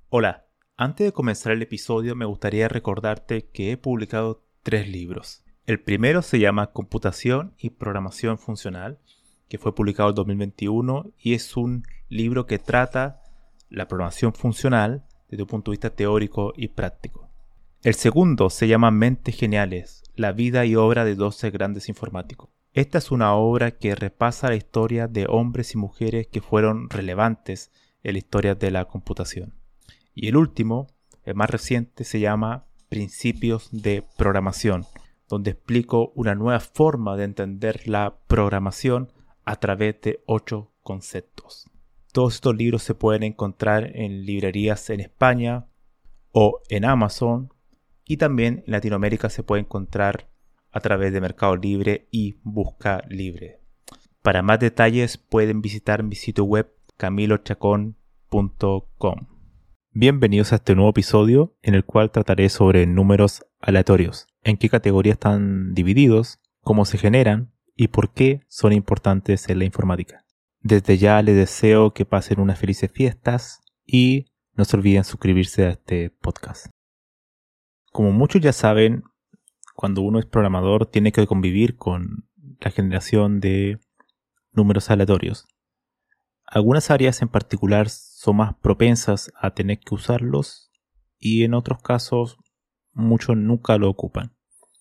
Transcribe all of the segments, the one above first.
Hola, antes de comenzar el episodio me gustaría recordarte que he publicado 3 libros. El primero se llama Computación y Programación Funcional, que fue publicado en 2021 y es un libro que trata la programación funcional desde un punto de vista teórico y práctico. El segundo se llama Mentes Geniales, la vida y obra de 12 grandes informáticos. Esta es una obra que repasa la historia de hombres y mujeres que fueron relevantes en la historia de la computación. Y el último, el más reciente, se llama Principios de Programación, donde explico una nueva forma de entender la programación a través de 8 conceptos. Todos estos libros se pueden encontrar en librerías en España o en Amazon, y también en Latinoamérica se puede encontrar a través de Mercado Libre y Busca Libre. Para más detalles pueden visitar mi sitio web camilochacon.com. Bienvenidos a este nuevo episodio en el cual trataré sobre números aleatorios, en qué categorías están divididos, cómo se generan y por qué son importantes en la informática. Desde ya les deseo que pasen unas felices fiestas y no se olviden suscribirse a este podcast. Como muchos ya saben, cuando uno es programador tiene que convivir con la generación de números aleatorios. Algunas áreas en particular son más propensas a tener que usarlos y en otros casos muchos nunca lo ocupan.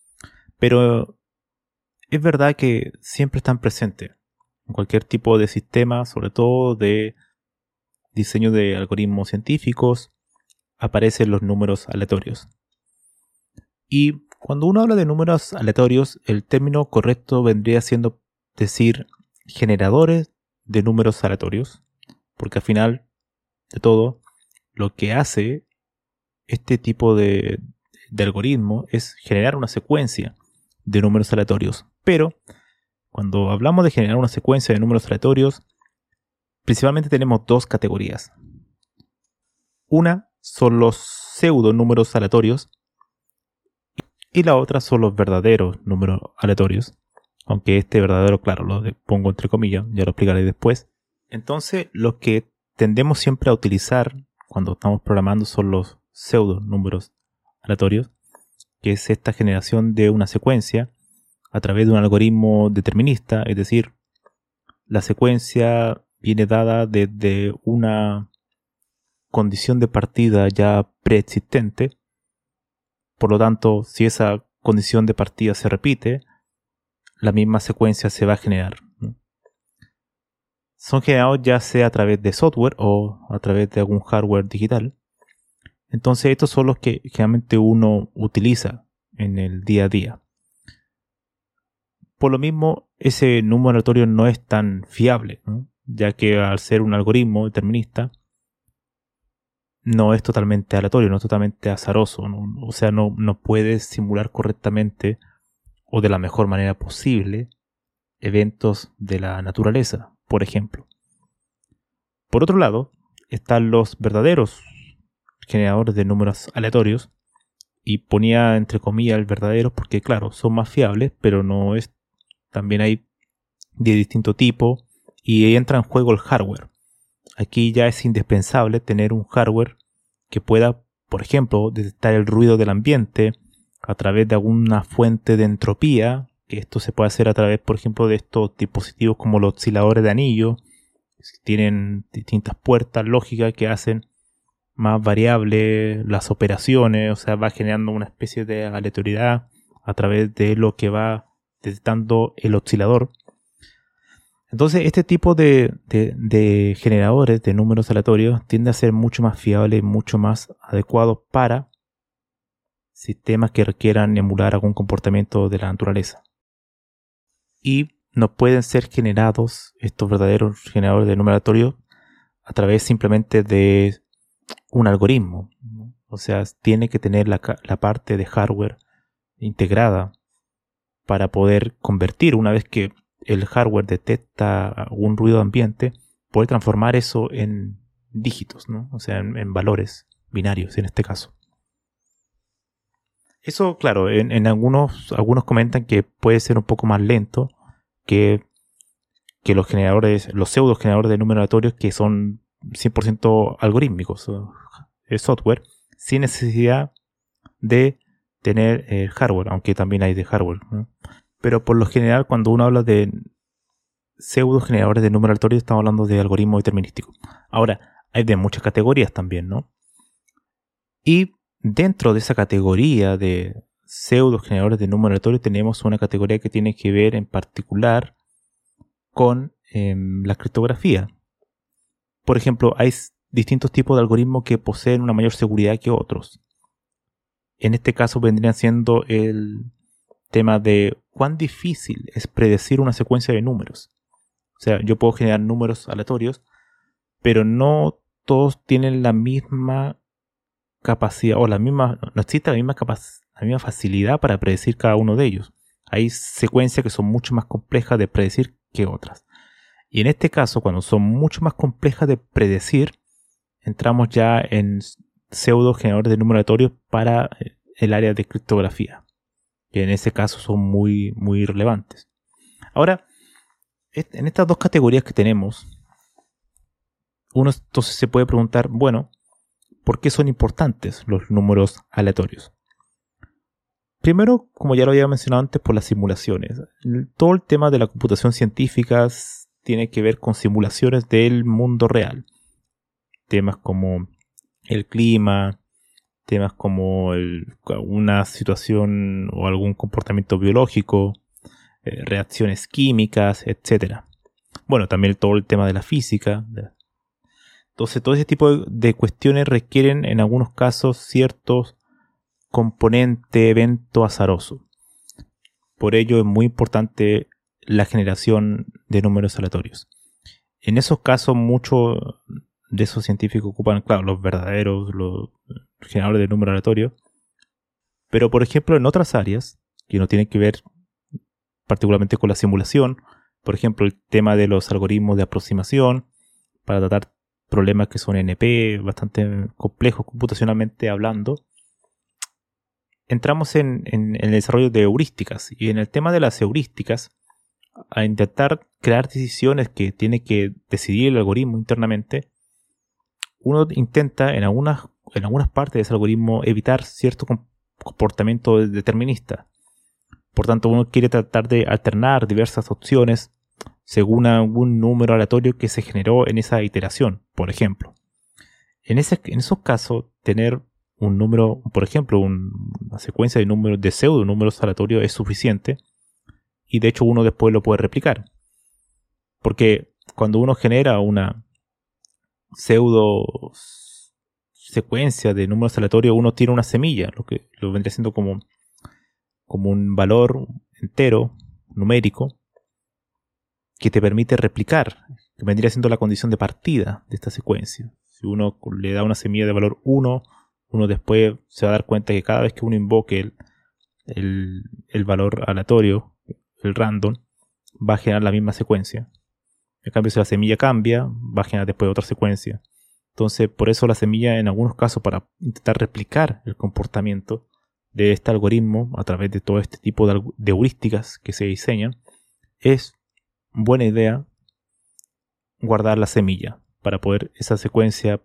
Pero es verdad que siempre están presentes en cualquier tipo de sistema, sobre todo de diseño de algoritmos científicos, aparecen los números aleatorios. Y cuando uno habla de números aleatorios, el término correcto vendría siendo decir generadores de números aleatorios, porque al final de todo, lo que hace este tipo de algoritmo es generar una secuencia de números aleatorios. Pero cuando hablamos de generar una secuencia de números aleatorios, principalmente tenemos dos categorías. Una son los pseudo números aleatorios y la otra son los verdaderos números aleatorios. Aunque este verdadero, claro, lo pongo entre comillas, ya lo explicaré después. Entonces, lo que tendemos siempre a utilizar cuando estamos programando son los pseudo números aleatorios, que es esta generación de una secuencia a través de un algoritmo determinista, es decir, la secuencia viene dada desde una condición de partida ya preexistente. Por lo tanto, si esa condición de partida se repite, la misma secuencia se va a generar. Son generados ya sea a través de software o a través de algún hardware digital. Entonces estos son los que generalmente uno utiliza en el día a día. Por lo mismo, ese número aleatorio no es tan fiable, ¿no? Ya que al ser un algoritmo determinista, no es totalmente aleatorio, no es totalmente azaroso, ¿no? O sea, no puede simular correctamente o de la mejor manera posible eventos de la naturaleza, por ejemplo. Por otro lado, están los verdaderos generadores de números aleatorios, y ponía entre comillas el verdadero porque claro, son más fiables, pero no es. También hay de distinto tipo y ahí entra en juego el hardware. Aquí ya es indispensable tener un hardware que pueda, por ejemplo, detectar el ruido del ambiente a través de alguna fuente de entropía, que esto se puede hacer a través, por ejemplo, de estos dispositivos como los osciladores de anillo, que tienen distintas puertas lógicas que hacen más variables las operaciones, o sea, va generando una especie de aleatoriedad a través de lo que va detectando el oscilador. Entonces, este tipo de generadores de números aleatorios tiende a ser mucho más fiable y mucho más adecuado para sistemas que requieran emular algún comportamiento de la naturaleza. Y no pueden ser generados estos verdaderos generadores de números aleatorios a través simplemente de un algoritmo, ¿no? O sea, tiene que tener la parte de hardware integrada para poder convertir, una vez que el hardware detecta algún ruido ambiente, poder transformar eso en dígitos, ¿no? O sea, en valores binarios en este caso. Eso, claro, en algunos comentan que puede ser un poco más lento que los generadores, los pseudo generadores de números aleatorios que son 100% algorítmicos. software sin necesidad de tener hardware, aunque también hay de hardware, ¿no? Pero por lo general, cuando uno habla de pseudo generadores de números aleatorios, estamos hablando de algoritmos determinísticos. Ahora, hay de muchas categorías también, ¿no? Y dentro de esa categoría de pseudo generadores de números aleatorios tenemos una categoría que tiene que ver en particular con la criptografía. Por ejemplo, hay distintos tipos de algoritmos que poseen una mayor seguridad que otros. En este caso vendrían siendo el tema de cuán difícil es predecir una secuencia de números. O sea, yo puedo generar números aleatorios, pero no todos tienen la misma capacidad o no existe la misma facilidad para predecir cada uno de ellos. Hay secuencias que son mucho más complejas de predecir que otras. Y en este caso, cuando son mucho más complejas de predecir, entramos ya en pseudo generadores de números aleatorios para el área de criptografía, que en ese caso son muy, muy relevantes. Ahora, en estas dos categorías que tenemos, uno entonces se puede preguntar, bueno, ¿por qué son importantes los números aleatorios? Primero, como ya lo había mencionado antes, por las simulaciones. Todo el tema de la computación científica tiene que ver con simulaciones del mundo real. Temas como el clima, temas como una situación o algún comportamiento biológico, reacciones químicas, etc. Bueno, también todo el tema de la física. Entonces, todo ese tipo de cuestiones requieren en algunos casos ciertos componente evento azaroso. Por ello es muy importante la generación de números aleatorios. En esos casos muchos de esos científicos ocupan, claro, los verdaderos, los generadores de números aleatorios. Pero por ejemplo en otras áreas que no tienen que ver particularmente con la simulación, por ejemplo el tema de los algoritmos de aproximación para tratar problemas que son NP, bastante complejos computacionalmente hablando, entramos en el desarrollo de heurísticas. Y en el tema de las heurísticas, a intentar crear decisiones que tiene que decidir el algoritmo internamente, uno intenta en algunas partes de ese algoritmo evitar cierto comportamiento determinista. Por tanto, uno quiere tratar de alternar diversas opciones según algún número aleatorio que se generó en esa iteración, por ejemplo. En esos casos, tener un número, por ejemplo, una secuencia de números, de pseudo números aleatorios es suficiente, y de hecho uno después lo puede replicar. Porque cuando uno genera una pseudo secuencia de números aleatorios, uno tiene una semilla, lo vendría siendo como un valor entero, numérico, que te permite replicar, que vendría siendo la condición de partida de esta secuencia. Si uno le da una semilla de valor 1, uno después se va a dar cuenta que cada vez que uno invoque el valor aleatorio, el random, va a generar la misma secuencia. En cambio, si la semilla cambia, va a generar después otra secuencia. Entonces, por eso la semilla, en algunos casos, para intentar replicar el comportamiento de este algoritmo a través de todo este tipo de heurísticas que se diseñan, es buena idea guardar la semilla para poder esa secuencia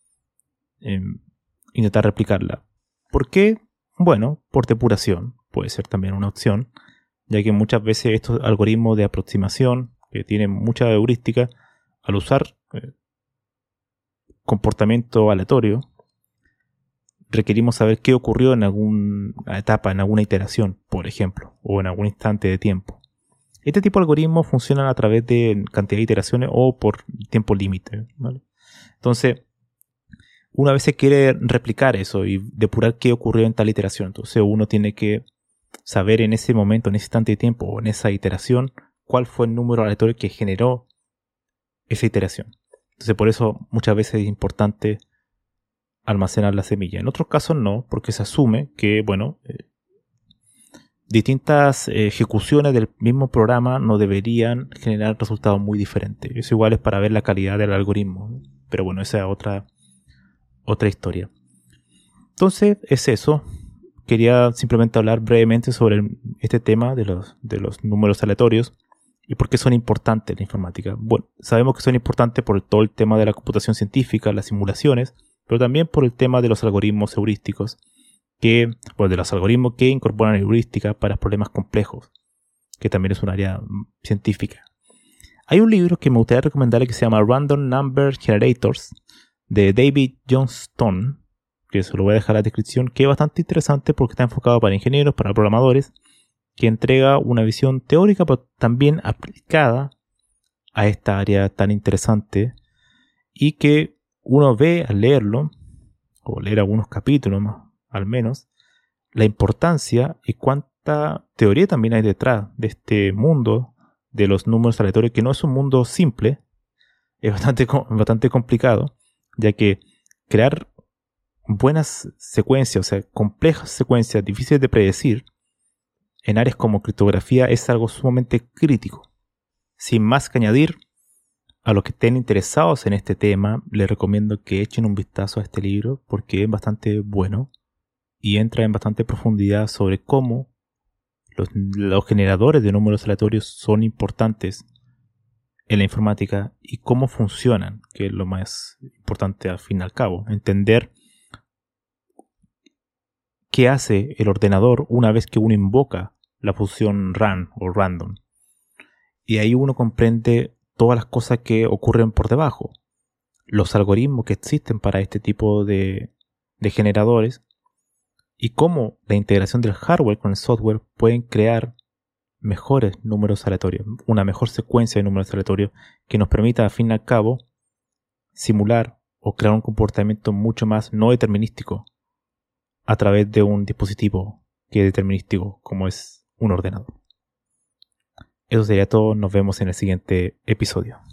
intentar replicarla. ¿Por qué? Bueno, por depuración puede ser también una opción, ya que muchas veces estos algoritmos de aproximación que tienen mucha heurística, al usar comportamiento aleatorio, requerimos saber qué ocurrió en alguna etapa, en alguna iteración, por ejemplo, o en algún instante de tiempo. Este tipo de algoritmos funcionan a través de cantidad de iteraciones o por tiempo límite, ¿vale? Entonces, una vez se quiere replicar eso y depurar qué ocurrió en tal iteración, entonces uno tiene que saber en ese momento, en ese instante de tiempo o en esa iteración, cuál fue el número aleatorio que generó esa iteración. Entonces, por eso muchas veces es importante almacenar la semilla. En otros casos no, porque se asume que, bueno, distintas ejecuciones del mismo programa no deberían generar resultados muy diferentes. Eso igual es para ver la calidad del algoritmo, ¿no? Pero bueno, esa es otra historia. Entonces, es eso. Quería simplemente hablar brevemente sobre este tema de los números aleatorios y por qué son importantes en la informática. Bueno, sabemos que son importantes por todo el tema de la computación científica, las simulaciones, pero también por el tema de los algoritmos heurísticos, de los algoritmos que incorporan heurística para problemas complejos, que también es un área científica. Hay un libro que me gustaría recomendarle que se llama Random Number Generators, de David Johnston, que se lo voy a dejar en la descripción, que es bastante interesante porque está enfocado para ingenieros, para programadores, que entrega una visión teórica, pero también aplicada a esta área tan interesante, y que uno ve al leerlo, o leer algunos capítulos más, al menos, la importancia y cuánta teoría también hay detrás de este mundo de los números aleatorios, que no es un mundo simple, es bastante complicado, ya que crear buenas secuencias, o sea, complejas secuencias difíciles de predecir en áreas como criptografía es algo sumamente crítico. Sin más que añadir, a los que estén interesados en este tema, les recomiendo que echen un vistazo a este libro porque es bastante bueno y entra en bastante profundidad sobre cómo los generadores de números aleatorios son importantes en la informática y cómo funcionan, que es lo más importante al fin y al cabo. Entender qué hace el ordenador una vez que uno invoca la función run o random. Y ahí uno comprende todas las cosas que ocurren por debajo, los algoritmos que existen para este tipo de generadores y cómo la integración del hardware con el software pueden crear mejores números aleatorios, una mejor secuencia de números aleatorios que nos permita, al fin y al cabo, simular o crear un comportamiento mucho más no determinístico a través de un dispositivo que es determinístico como es un ordenador. Eso sería todo, nos vemos en el siguiente episodio.